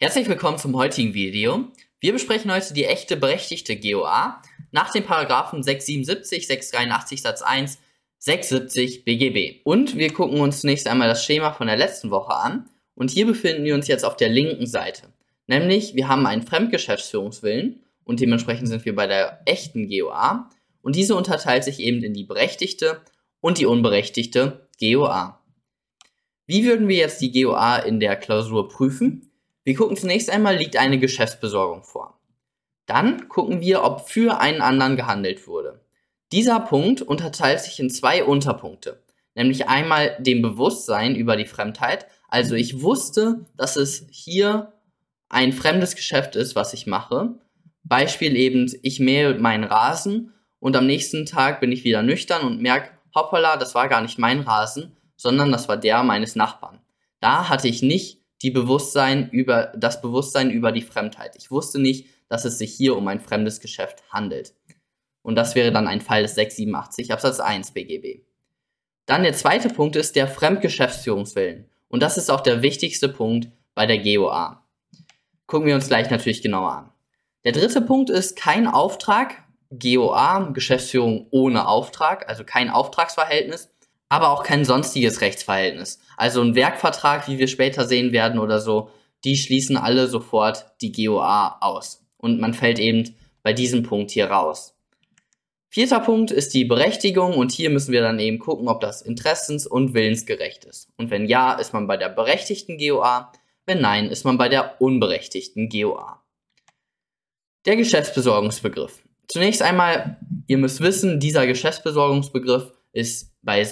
Herzlich willkommen zum heutigen Video. Wir besprechen heute die echte berechtigte GOA nach den Paragraphen 677, 683 Satz 1, 670 BGB. Und wir gucken uns zunächst einmal das Schema von der letzten Woche an. Und hier befinden wir uns jetzt auf der linken Seite. Nämlich, wir haben einen Fremdgeschäftsführungswillen und dementsprechend sind wir bei der echten GOA. Und diese unterteilt sich eben in die berechtigte und die unberechtigte GOA. Wie würden wir jetzt die GOA in der Klausur prüfen? Wir gucken zunächst einmal, liegt eine Geschäftsbesorgung vor. Dann gucken wir, ob für einen anderen gehandelt wurde. Dieser Punkt unterteilt sich in zwei Unterpunkte. Nämlich einmal dem Bewusstsein über die Fremdheit. Also ich wusste, dass es hier ein fremdes Geschäft ist, was ich mache. Beispiel eben, ich mähe meinen Rasen und am nächsten Tag bin ich wieder nüchtern und merke, hoppala, das war gar nicht mein Rasen, sondern das war der meines Nachbarn. Da hatte ich nicht das Bewusstsein über die Fremdheit. Ich wusste nicht, dass es sich hier um ein fremdes Geschäft handelt. Und das wäre dann ein Fall des 687 Absatz 1 BGB. Dann der zweite Punkt ist der Fremdgeschäftsführungswillen. Und das ist auch der wichtigste Punkt bei der GOA. Gucken wir uns gleich natürlich genauer an. Der dritte Punkt ist kein Auftrag, GOA, Geschäftsführung ohne Auftrag, also kein Auftragsverhältnis, aber auch kein sonstiges Rechtsverhältnis. Also ein Werkvertrag, wie wir später sehen werden oder so, die schließen alle sofort die GOA aus. Und man fällt eben bei diesem Punkt hier raus. Vierter Punkt ist die Berechtigung und hier müssen wir dann eben gucken, ob das interessens- und willensgerecht ist. Und wenn ja, ist man bei der berechtigten GOA, wenn nein, ist man bei der unberechtigten GOA. Der Geschäftsbesorgungsbegriff. Zunächst einmal, ihr müsst wissen, dieser Geschäftsbesorgungsbegriff ist bei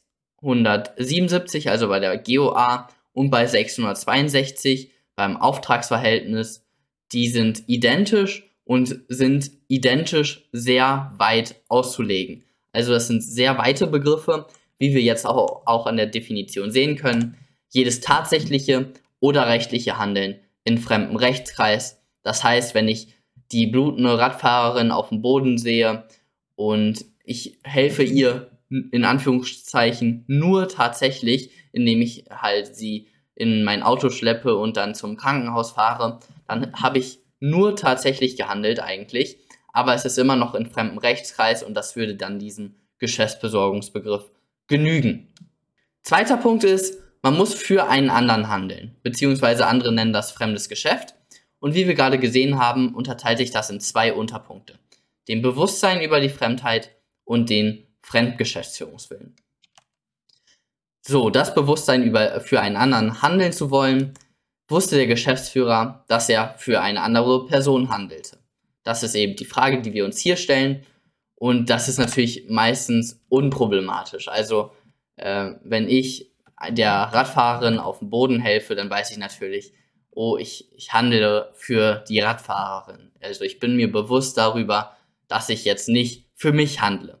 677, also bei der GOA, und bei 662 beim Auftragsverhältnis. Die sind identisch und sind identisch sehr weit auszulegen. Also das sind sehr weite Begriffe, wie wir jetzt auch an der Definition sehen können. Jedes tatsächliche oder rechtliche Handeln in fremdem Rechtskreis. Das heißt, wenn ich die blutende Radfahrerin auf dem Boden sehe und ich helfe ihr in Anführungszeichen nur tatsächlich, indem ich halt sie in mein Auto schleppe und dann zum Krankenhaus fahre, dann habe ich nur tatsächlich gehandelt eigentlich, aber es ist immer noch in fremdem Rechtskreis und das würde dann diesem Geschäftsbesorgungsbegriff genügen. Zweiter Punkt ist, man muss für einen anderen handeln, beziehungsweise andere nennen das fremdes Geschäft. Und wie wir gerade gesehen haben, unterteilt sich das in zwei Unterpunkte. Den Bewusstsein über die Fremdheit und den Fremdgeschäftsführungswillen. So, das Bewusstsein für einen anderen handeln zu wollen, wusste der Geschäftsführer, dass er für eine andere Person handelte. Das ist eben die Frage, die wir uns hier stellen. Und das ist natürlich meistens unproblematisch. Also, wenn ich der Radfahrerin auf dem Boden helfe, dann weiß ich natürlich, oh, ich handle für die Radfahrerin. Also ich bin mir bewusst darüber, dass ich jetzt nicht für mich handle.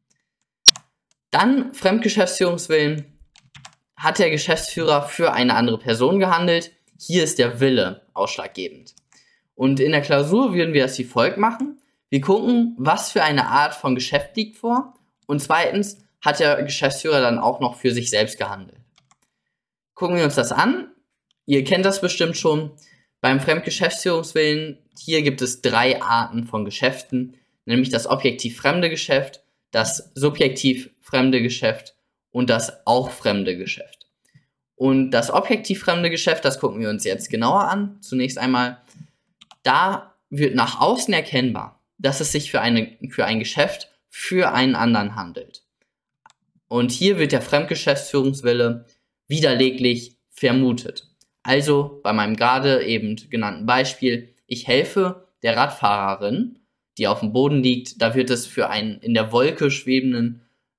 Dann Fremdgeschäftsführungswillen. Hat der Geschäftsführer für eine andere Person gehandelt? Hier ist der Wille ausschlaggebend. Und in der Klausur würden wir das wie folgt machen. Wir gucken, was für eine Art von Geschäft liegt vor. Und zweitens, hat der Geschäftsführer dann auch noch für sich selbst gehandelt. Gucken wir uns das an. Ihr kennt das bestimmt schon. Beim Fremdgeschäftsführungswillen, hier gibt es drei Arten von Geschäften, nämlich das objektiv fremde Geschäft, das subjektiv fremde Geschäft und das auch fremde Geschäft. Und das objektiv fremde Geschäft, das gucken wir uns jetzt genauer an. Zunächst einmal, da wird nach außen erkennbar, dass es sich für ein Geschäft für einen anderen handelt. Und hier wird der Fremdgeschäftsführungswille widerleglich vermutet. Also bei meinem gerade eben genannten Beispiel, ich helfe der Radfahrerin, die auf dem Boden liegt, da wird es für eine in der Wolke schwebenden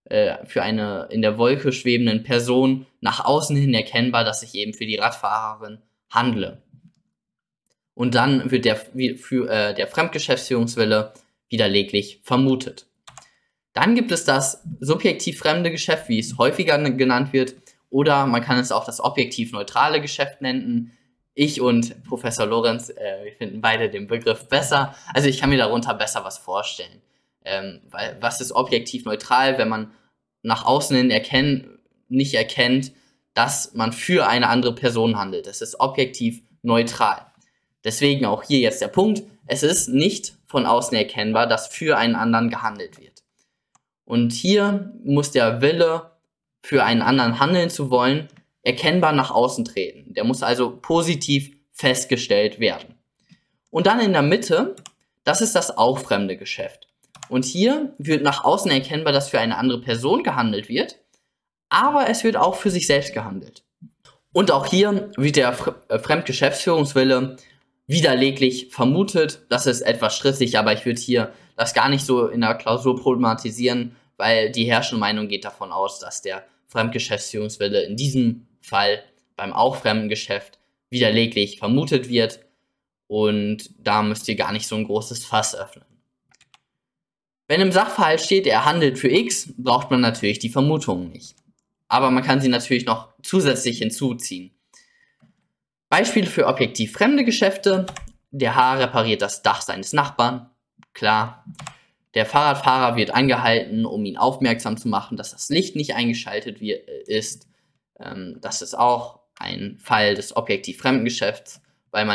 Person nach außen hin erkennbar, dass ich eben für die Radfahrerin handle. Und dann wird der Fremdgeschäftsführungswille widerleglich vermutet. Dann gibt es das subjektiv fremde Geschäft, wie es häufiger genannt wird, oder man kann es auch das objektiv neutrale Geschäft nennen. Ich und Professor Lorenz, wir finden beide den Begriff besser. Also ich kann mir darunter besser was vorstellen. Weil was ist objektiv neutral, wenn man nach außen hin nicht erkennt, dass man für eine andere Person handelt. Das ist objektiv neutral. Deswegen auch hier jetzt der Punkt, es ist nicht von außen erkennbar, dass für einen anderen gehandelt wird. Und hier muss der Wille, für einen anderen handeln zu wollen, erkennbar nach außen treten. Der muss also positiv festgestellt werden. Und dann in der Mitte, das ist das auch fremde Geschäft. Und hier wird nach außen erkennbar, dass für eine andere Person gehandelt wird, aber es wird auch für sich selbst gehandelt. Und auch hier wird der Fremdgeschäftsführungswille widerleglich vermutet. Das ist etwas strittig, aber ich würde hier das gar nicht so in der Klausur problematisieren, weil die herrschende Meinung geht davon aus, dass der Fremdgeschäftsführungswille in diesem Fall beim auch fremden Geschäft widerleglich vermutet wird. Und da müsst ihr gar nicht so ein großes Fass öffnen. Wenn im Sachverhalt steht, er handelt für X, braucht man natürlich die Vermutungen nicht. Aber man kann sie natürlich noch zusätzlich hinzuziehen. Beispiele für objektiv fremde Geschäfte. Der H repariert das Dach seines Nachbarn. Klar. Der Fahrradfahrer wird angehalten, um ihn aufmerksam zu machen, dass das Licht nicht eingeschaltet ist. Das ist auch ein Fall des objektiv fremden Geschäfts, weil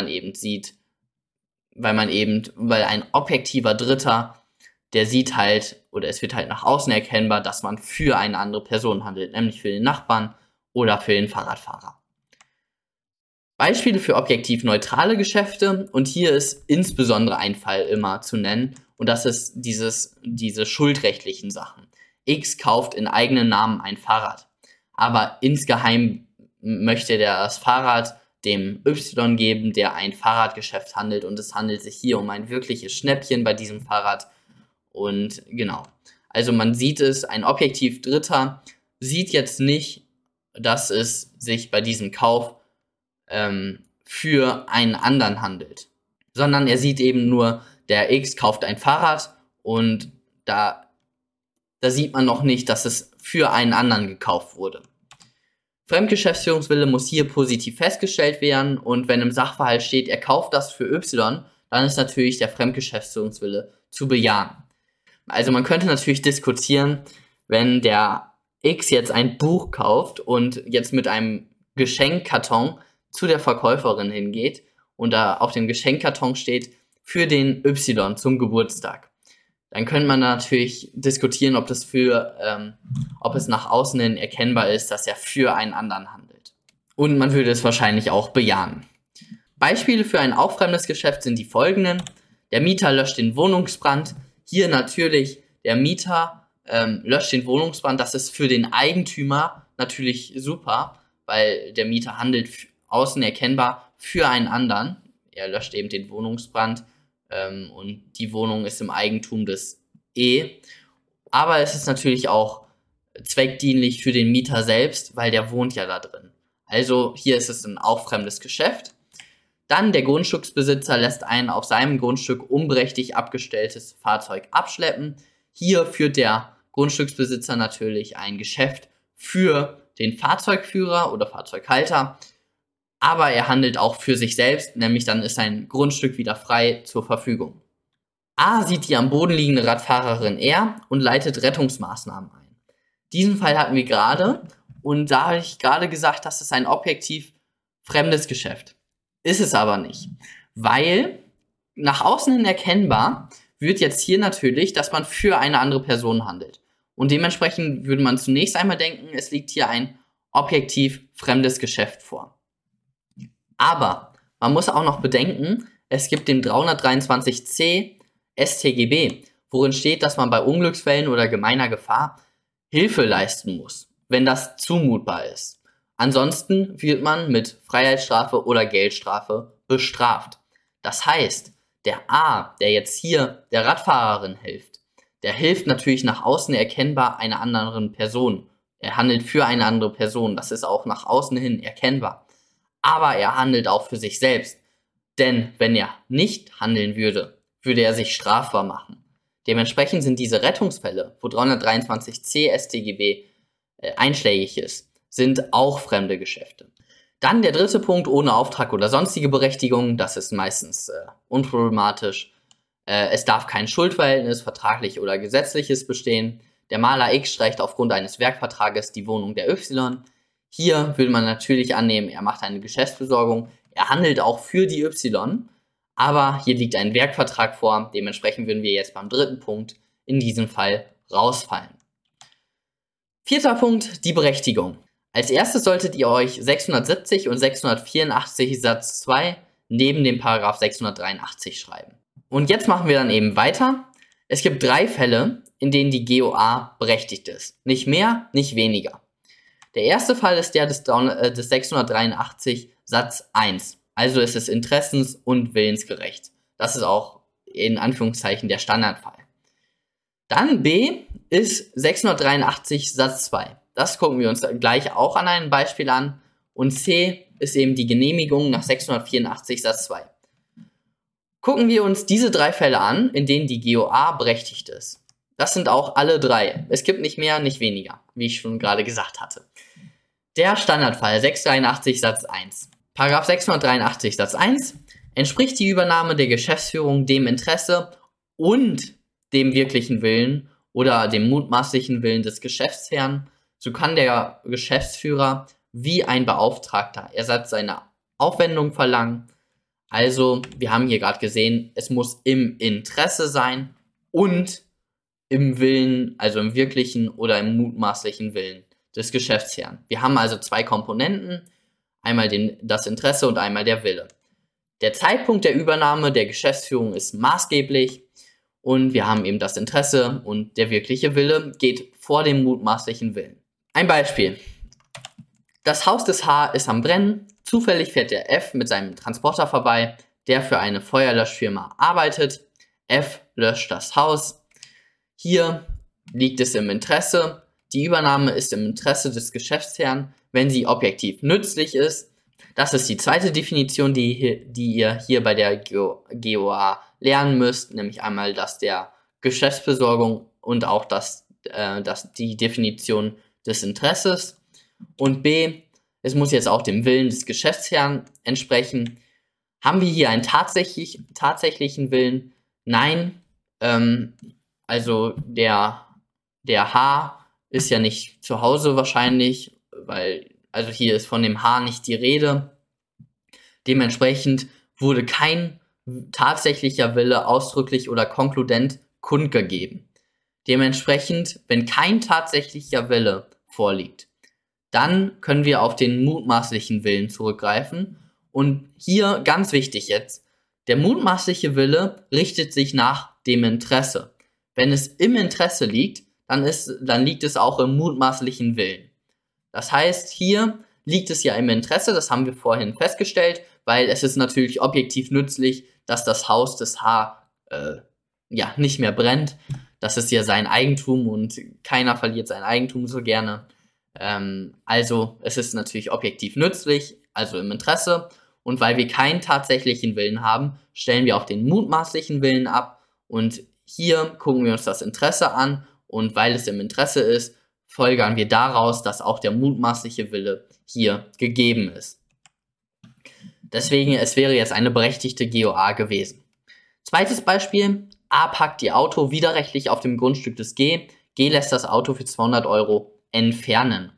ein objektiver Dritter, der sieht halt, oder es wird halt nach außen erkennbar, dass man für eine andere Person handelt, nämlich für den Nachbarn oder für den Fahrradfahrer. Beispiele für objektiv neutrale Geschäfte, und hier ist insbesondere ein Fall immer zu nennen, und das ist diese schuldrechtlichen Sachen. X kauft in eigenem Namen ein Fahrrad, aber insgeheim möchte der das Fahrrad dem Y geben, der ein Fahrradgeschäft handelt, und es handelt sich hier um ein wirkliches Schnäppchen bei diesem Fahrrad. Und genau, also man sieht es, ein objektiv Dritter sieht jetzt nicht, dass es sich bei diesem Kauf für einen anderen handelt, sondern er sieht eben nur, der X kauft ein Fahrrad, und da sieht man noch nicht, dass es für einen anderen gekauft wurde. Fremdgeschäftsführungswille muss hier positiv festgestellt werden, und wenn im Sachverhalt steht, er kauft das für Y, dann ist natürlich der Fremdgeschäftsführungswille zu bejahen. Also man könnte natürlich diskutieren, wenn der X jetzt ein Buch kauft und jetzt mit einem Geschenkkarton zu der Verkäuferin hingeht und da auf dem Geschenkkarton steht, für den Y zum Geburtstag. Dann könnte man natürlich diskutieren, ob es nach außen hin erkennbar ist, dass er für einen anderen handelt. Und man würde es wahrscheinlich auch bejahen. Beispiele für ein auch fremdes Geschäft sind die folgenden. Der Mieter löscht den Wohnungsbrand. Hier natürlich, der Mieter löscht den Wohnungsbrand. Das ist für den Eigentümer natürlich super, weil der Mieter handelt außen erkennbar für einen anderen. Er löscht eben den Wohnungsbrand, und die Wohnung ist im Eigentum des E. Aber es ist natürlich auch zweckdienlich für den Mieter selbst, weil der wohnt ja da drin. Also hier ist es ein auch fremdes Geschäft. Dann der Grundstücksbesitzer lässt ein auf seinem Grundstück unberechtigt abgestelltes Fahrzeug abschleppen. Hier führt der Grundstücksbesitzer natürlich ein Geschäft für den Fahrzeugführer oder Fahrzeughalter, aber er handelt auch für sich selbst, nämlich dann ist sein Grundstück wieder frei zur Verfügung. A sieht die am Boden liegende Radfahrerin R und leitet Rettungsmaßnahmen ein. Diesen Fall hatten wir gerade, und da habe ich gerade gesagt, das ist ein objektiv fremdes Geschäft. Ist es aber nicht, weil nach außen hin erkennbar wird jetzt hier natürlich, dass man für eine andere Person handelt. Und dementsprechend würde man zunächst einmal denken, es liegt hier ein objektiv fremdes Geschäft vor. Aber man muss auch noch bedenken, es gibt den 323c StGB, worin steht, dass man bei Unglücksfällen oder gemeiner Gefahr Hilfe leisten muss, wenn das zumutbar ist. Ansonsten wird man mit Freiheitsstrafe oder Geldstrafe bestraft. Das heißt, der A, der jetzt hier der Radfahrerin hilft, der hilft natürlich nach außen erkennbar einer anderen Person. Er handelt für eine andere Person, das ist auch nach außen hin erkennbar. Aber er handelt auch für sich selbst. Denn wenn er nicht handeln würde, würde er sich strafbar machen. Dementsprechend sind diese Rettungsfälle, wo 323c StGB einschlägig ist, sind auch fremde Geschäfte. Dann der dritte Punkt, ohne Auftrag oder sonstige Berechtigung, das ist meistens unproblematisch. Es darf kein Schuldverhältnis, vertraglich oder gesetzliches bestehen. Der Maler X streicht aufgrund eines Werkvertrages die Wohnung der Y. Hier würde man natürlich annehmen, er macht eine Geschäftsbesorgung, er handelt auch für die Y, aber hier liegt ein Werkvertrag vor, dementsprechend würden wir jetzt beim dritten Punkt in diesem Fall rausfallen. Vierter Punkt, die Berechtigung. Als erstes solltet ihr euch 670 und 684 Satz 2 neben dem Paragraph 683 schreiben. Und jetzt machen wir dann eben weiter. Es gibt 3 Fälle, in denen die GOA berechtigt ist. Nicht mehr, nicht weniger. Der erste Fall ist der des 683 Satz 1. Also ist es interessens- und willensgerecht. Das ist auch in Anführungszeichen der Standardfall. Dann B ist 683 Satz 2. Das gucken wir uns gleich auch an einem Beispiel an. Und C ist eben die Genehmigung nach 684 Satz 2. Gucken wir uns diese 3 Fälle an, in denen die GOA berechtigt ist. Das sind auch alle 3. Es gibt nicht mehr, nicht weniger, wie ich schon gerade gesagt hatte. Der Standardfall 683 Satz 1. Paragraph 683 Satz 1 entspricht die Übernahme der Geschäftsführung dem Interesse und dem wirklichen Willen oder dem mutmaßlichen Willen des Geschäftsherrn. So kann der Geschäftsführer wie ein Beauftragter Ersatz seiner Aufwendung verlangen. Also, wir haben hier gerade gesehen, es muss im Interesse sein und im Willen, also im wirklichen oder im mutmaßlichen Willen des Geschäftsherrn. Wir haben also 2 Komponenten, einmal das Interesse und einmal der Wille. Der Zeitpunkt der Übernahme der Geschäftsführung ist maßgeblich und wir haben eben das Interesse und der wirkliche Wille geht vor dem mutmaßlichen Willen. Ein Beispiel. Das Haus des H ist am Brennen. Zufällig fährt der F mit seinem Transporter vorbei, der für eine Feuerlöschfirma arbeitet. F löscht das Haus. Hier liegt es im Interesse. Die Übernahme ist im Interesse des Geschäftsherrn, wenn sie objektiv nützlich ist. Das ist die zweite Definition, die ihr hier bei der GOA lernen müsst, nämlich einmal das der Geschäftsbesorgung und auch die Definition des Interesses. Und B, es muss jetzt auch dem Willen des Geschäftsherrn entsprechen. Haben wir hier einen tatsächlichen Willen? Nein. Also der H ist ja nicht zu Hause wahrscheinlich, also hier ist von dem H nicht die Rede. Dementsprechend wurde kein tatsächlicher Wille ausdrücklich oder konkludent kundgegeben. Dementsprechend, wenn kein tatsächlicher Wille vorliegt, dann können wir auf den mutmaßlichen Willen zurückgreifen. Und hier ganz wichtig jetzt, der mutmaßliche Wille richtet sich nach dem Interesse. Wenn es im Interesse liegt, dann liegt es auch im mutmaßlichen Willen. Das heißt, hier liegt es ja im Interesse, das haben wir vorhin festgestellt, weil es ist natürlich objektiv nützlich, dass das Haus des H nicht mehr brennt. Das ist ja sein Eigentum und keiner verliert sein Eigentum so gerne. Also es ist natürlich objektiv nützlich, also im Interesse. Und weil wir keinen tatsächlichen Willen haben, stellen wir auch den mutmaßlichen Willen ab. Und hier gucken wir uns das Interesse an. Und weil es im Interesse ist, folgern wir daraus, dass auch der mutmaßliche Wille hier gegeben ist. Deswegen, es wäre jetzt eine berechtigte GOA gewesen. Zweites Beispiel. A parkt ihr Auto widerrechtlich auf dem Grundstück des G. G lässt das Auto für 200 Euro entfernen.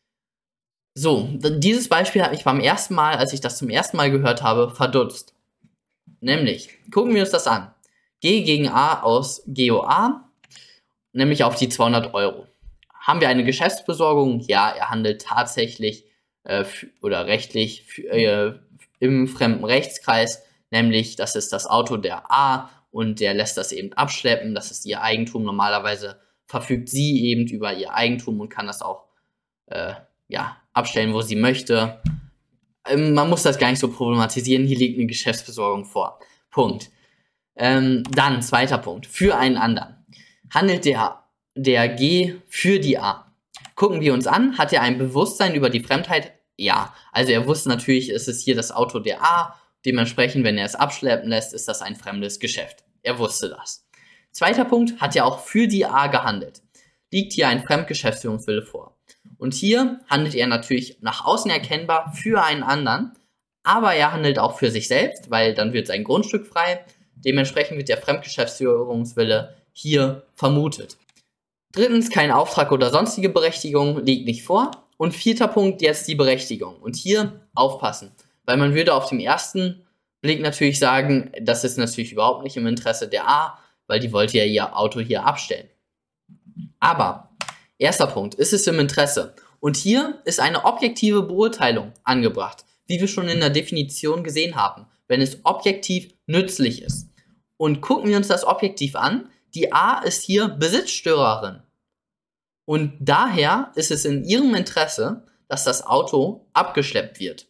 So, dieses Beispiel habe ich beim ersten Mal, als ich das zum ersten Mal gehört habe, verdutzt. Nämlich, gucken wir uns das an. G gegen A aus GOA, nämlich auf die 200 Euro. Haben wir eine Geschäftsbesorgung? Ja, er handelt tatsächlich oder rechtlich im fremden Rechtskreis, nämlich das ist das Auto der A und der lässt das eben abschleppen, das ist ihr Eigentum. Normalerweise verfügt sie eben über ihr Eigentum und kann das auch abstellen, wo sie möchte. Man muss das gar nicht so problematisieren, hier liegt eine Geschäftsbesorgung vor. Punkt. Dann, zweiter Punkt, für einen anderen. Handelt der G für die A. Gucken wir uns an, hat er ein Bewusstsein über die Fremdheit? Ja, also er wusste natürlich, ist es hier das Auto der A, dementsprechend, wenn er es abschleppen lässt, ist das ein fremdes Geschäft. Er wusste das. Zweiter Punkt, hat er auch für die A gehandelt. Liegt hier ein Fremdgeschäftsführungswille vor. Und hier handelt er natürlich nach außen erkennbar für einen anderen, aber er handelt auch für sich selbst, weil dann wird sein Grundstück frei. Dementsprechend wird der Fremdgeschäftsführungswille hier vermutet. Drittens, kein Auftrag oder sonstige Berechtigung liegt nicht vor. Und vierter Punkt, jetzt die Berechtigung. Und hier aufpassen, weil man würde auf dem ersten Blick natürlich sagen, das ist natürlich überhaupt nicht im Interesse der A, weil die wollte ja ihr Auto hier abstellen. Aber, erster Punkt, ist es im Interesse? Und hier ist eine objektive Beurteilung angebracht, wie wir schon in der Definition gesehen haben, wenn es objektiv nützlich ist. Und gucken wir uns das objektiv an, die A ist hier Besitzstörerin. Und daher ist es in ihrem Interesse, dass das Auto abgeschleppt wird.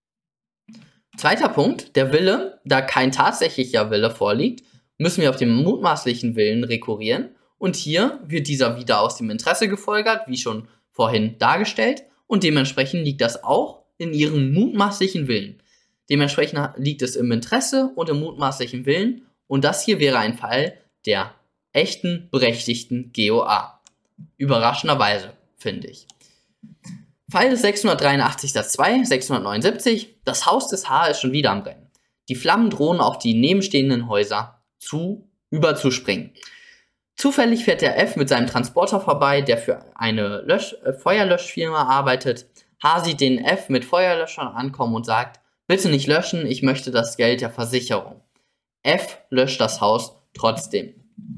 Zweiter Punkt, der Wille. Da kein tatsächlicher Wille vorliegt, müssen wir auf den mutmaßlichen Willen rekurrieren. Und hier wird dieser wieder aus dem Interesse gefolgert, wie schon vorhin dargestellt. Und dementsprechend liegt das auch in ihrem mutmaßlichen Willen. Dementsprechend liegt es im Interesse und im mutmaßlichen Willen. Und das hier wäre ein Fall der echten, berechtigten GOA. Überraschenderweise, finde ich. Fall des 683 Satz 2, 679. Das Haus des H ist schon wieder am Brennen. Die Flammen drohen auf die nebenstehenden Häuser überzuspringen. Zufällig fährt der F mit seinem Transporter vorbei, der für eine Feuerlöschfirma arbeitet. H sieht den F mit Feuerlöschern ankommen und sagt, bitte nicht löschen, ich möchte das Geld der Versicherung. F löscht das Haus trotzdem.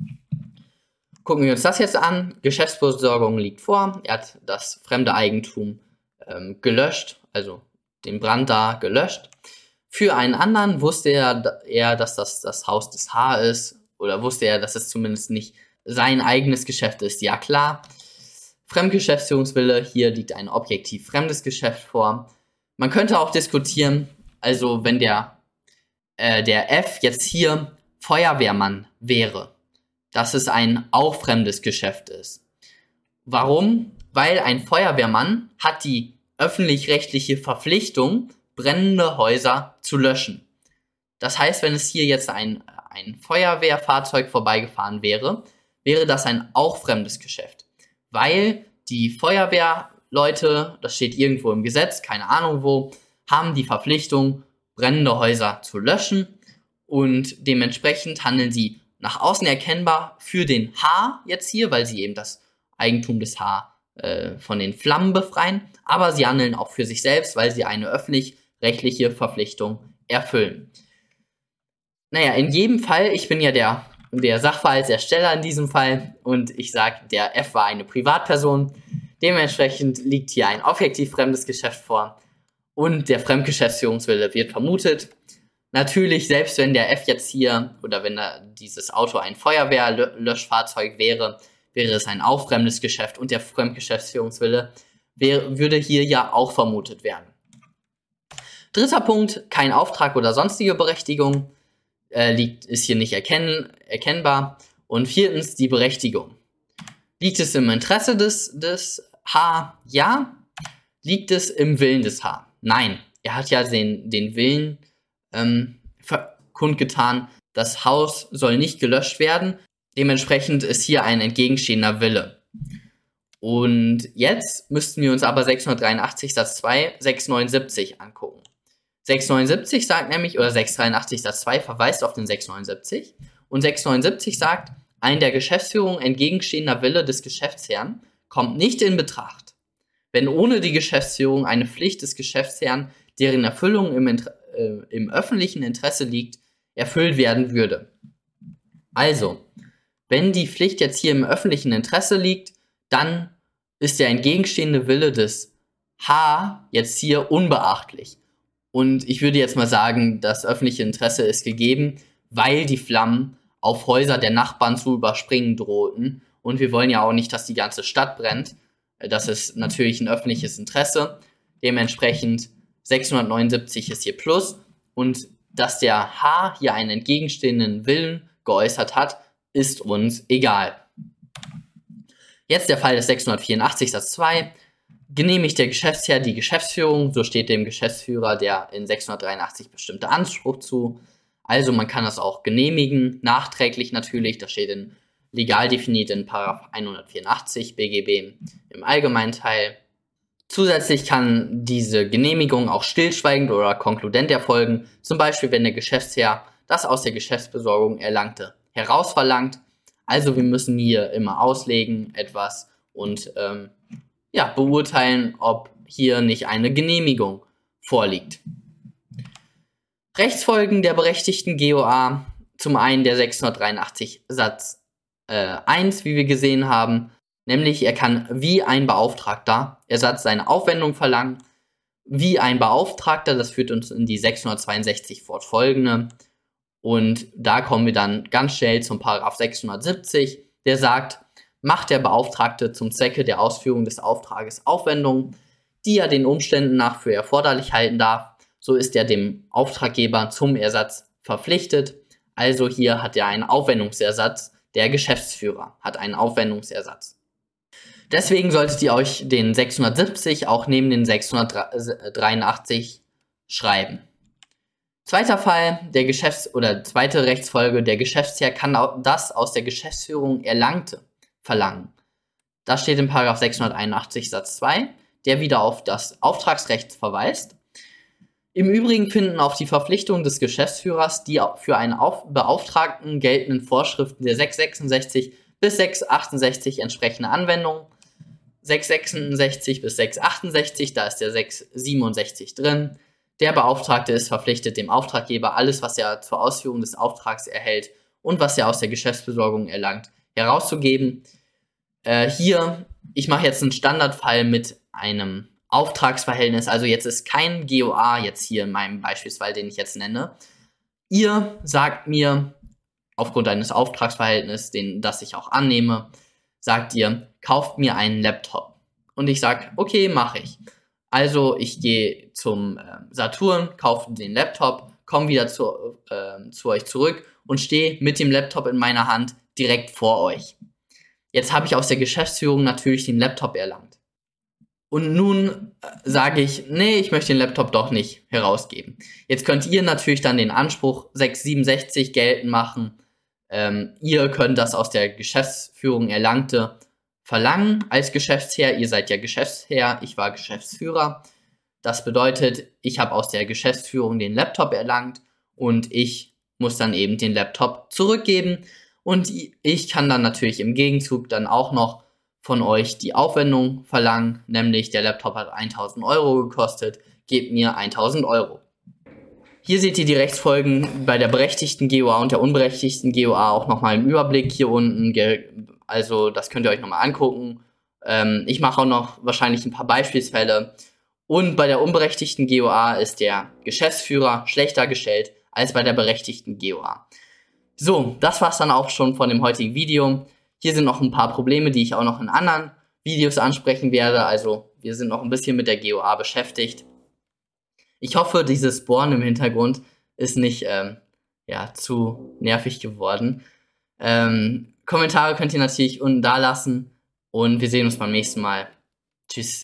Gucken wir uns das jetzt an. Geschäftsbesorgung liegt vor. Er hat das fremde Eigentum gelöscht, also den Brand da gelöscht. Für einen anderen wusste er, dass das Haus des H ist, oder wusste er, dass es zumindest nicht sein eigenes Geschäft ist. Ja klar. Fremdgeschäftsführungswille, hier liegt ein objektiv fremdes Geschäft vor. Man könnte auch diskutieren, also wenn der F jetzt hier Feuerwehrmann wäre, dass es ein auch fremdes Geschäft ist. Warum? Weil ein Feuerwehrmann hat die öffentlich-rechtliche Verpflichtung, brennende Häuser zu löschen. Das heißt, wenn es hier jetzt ein Feuerwehrfahrzeug vorbeigefahren wäre, wäre das ein auch fremdes Geschäft. Weil die Feuerwehrleute, das steht irgendwo im Gesetz, keine Ahnung wo, haben die Verpflichtung, brennende Häuser zu löschen und dementsprechend handeln sie nach außen erkennbar für den H jetzt hier, weil sie eben das Eigentum des H von den Flammen befreien, aber sie handeln auch für sich selbst, weil sie eine öffentlich-rechtliche Verpflichtung erfüllen. Naja, in jedem Fall, ich bin ja der Sachverhaltsersteller in diesem Fall und ich sage, der F war eine Privatperson, dementsprechend liegt hier ein objektiv fremdes Geschäft vor und der Fremdgeschäftsführungswille wird vermutet. Natürlich, selbst wenn der F jetzt hier oder wenn dieses Auto ein Feuerwehrlöschfahrzeug wäre, wäre es ein auch fremdes Geschäft und der Fremdgeschäftsführungswille würde hier ja auch vermutet werden. Dritter Punkt, kein Auftrag oder sonstige Berechtigung, ist hier nicht erkennbar. Und viertens, die Berechtigung. Liegt es im Interesse des H? Ja. Liegt es im Willen des H? Nein. Er hat ja den Willen kundgetan, das Haus soll nicht gelöscht werden. Dementsprechend ist hier ein entgegenstehender Wille. Und jetzt müssten wir uns aber 683 Satz 2, 679 angucken. 679 sagt nämlich, oder 683 Satz 2 verweist auf den 679 und 679 sagt, ein der Geschäftsführung entgegenstehender Wille des Geschäftsherrn kommt nicht in Betracht, wenn ohne die Geschäftsführung eine Pflicht des Geschäftsherrn, deren Erfüllung im öffentlichen Interesse liegt, erfüllt werden würde. Also, wenn die Pflicht jetzt hier im öffentlichen Interesse liegt, dann ist der entgegenstehende Wille des H jetzt hier unbeachtlich. Und ich würde jetzt mal sagen, das öffentliche Interesse ist gegeben, weil die Flammen auf Häuser der Nachbarn zu überspringen drohten. Und wir wollen ja auch nicht, dass die ganze Stadt brennt. Das ist natürlich ein öffentliches Interesse. Dementsprechend 679 ist hier Plus. Und dass der H hier einen entgegenstehenden Willen geäußert hat, ist uns egal. Jetzt der Fall des 684 Satz 2. Genehmigt der Geschäftsherr die Geschäftsführung, so steht dem Geschäftsführer der in 683 bestimmte Anspruch zu. Also man kann das auch genehmigen, nachträglich natürlich, das steht legal definiert in § 184 BGB im allgemeinen Teil. Zusätzlich kann diese Genehmigung auch stillschweigend oder konkludent erfolgen, zum Beispiel wenn der Geschäftsherr das aus der Geschäftsbesorgung Erlangte herausverlangt. Also wir müssen hier immer auslegen etwas und beurteilen, ob hier nicht eine Genehmigung vorliegt. Rechtsfolgen der berechtigten GOA, zum einen der 683 Satz 1, wie wir gesehen haben, nämlich er kann wie ein Beauftragter Ersatz seiner Aufwendung verlangen, wie ein Beauftragter, das führt uns in die 662 fortfolgende, und da kommen wir dann ganz schnell zum Paragraph 670, der sagt, macht der Beauftragte zum Zwecke der Ausführung des Auftrages Aufwendungen, die er den Umständen nach für erforderlich halten darf, so ist er dem Auftraggeber zum Ersatz verpflichtet. Also hier hat er einen Aufwendungsersatz, der Geschäftsführer hat einen Aufwendungsersatz. Deswegen solltet ihr euch den 670 auch neben den 683 schreiben. Zweiter Fall, zweite Rechtsfolge, der Geschäftsherr kann das aus der Geschäftsführung Erlangte verlangen. Das steht in § 681 Satz 2, der wieder auf das Auftragsrecht verweist. Im Übrigen finden auf die Verpflichtung des Geschäftsführers die für einen Beauftragten geltenden Vorschriften der 666 bis 668 entsprechende Anwendung. 666 bis 668, da ist der 667 drin. Der Beauftragte ist verpflichtet, dem Auftraggeber alles, was er zur Ausführung des Auftrags erhält und was er aus der Geschäftsbesorgung erlangt, herauszugeben. Ich mache jetzt einen Standardfall mit einem Auftragsverhältnis, also jetzt ist kein GOA jetzt hier in meinem Beispielsfall, den ich jetzt nenne. Ihr sagt mir, aufgrund eines Auftragsverhältnisses, das ich auch annehme, sagt ihr, kauft mir einen Laptop. Und ich sage, okay, mache ich. Also ich gehe zum Saturn, kaufe den Laptop, komme wieder zu euch zurück und stehe mit dem Laptop in meiner Hand direkt vor euch. Jetzt habe ich aus der Geschäftsführung natürlich den Laptop erlangt. Und nun sage ich, nee, ich möchte den Laptop doch nicht herausgeben. Jetzt könnt ihr natürlich dann den Anspruch 667 geltend machen. Ihr könnt das aus der Geschäftsführung Erlangte verlangen als Geschäftsherr. Ihr seid ja Geschäftsherr, ich war Geschäftsführer. Das bedeutet, ich habe aus der Geschäftsführung den Laptop erlangt und ich muss dann eben den Laptop zurückgeben. Und ich kann dann natürlich im Gegenzug dann auch noch von euch die Aufwendung verlangen, nämlich der Laptop hat 1000 Euro gekostet, gebt mir 1000 Euro. Hier seht ihr die Rechtsfolgen bei der berechtigten GOA und der unberechtigten GOA auch nochmal im Überblick hier unten, also das könnt ihr euch nochmal angucken. Ich mache auch noch wahrscheinlich ein paar Beispielsfälle. Und bei der unberechtigten GOA ist der Geschäftsführer schlechter gestellt als bei der berechtigten GOA. So, das war's dann auch schon von dem heutigen Video. Hier sind noch ein paar Probleme, die ich auch noch in anderen Videos ansprechen werde. Also wir sind noch ein bisschen mit der GOA beschäftigt. Ich hoffe, dieses Bohren im Hintergrund ist nicht zu nervig geworden. Kommentare könnt ihr natürlich unten da lassen und wir sehen uns beim nächsten Mal. Tschüss.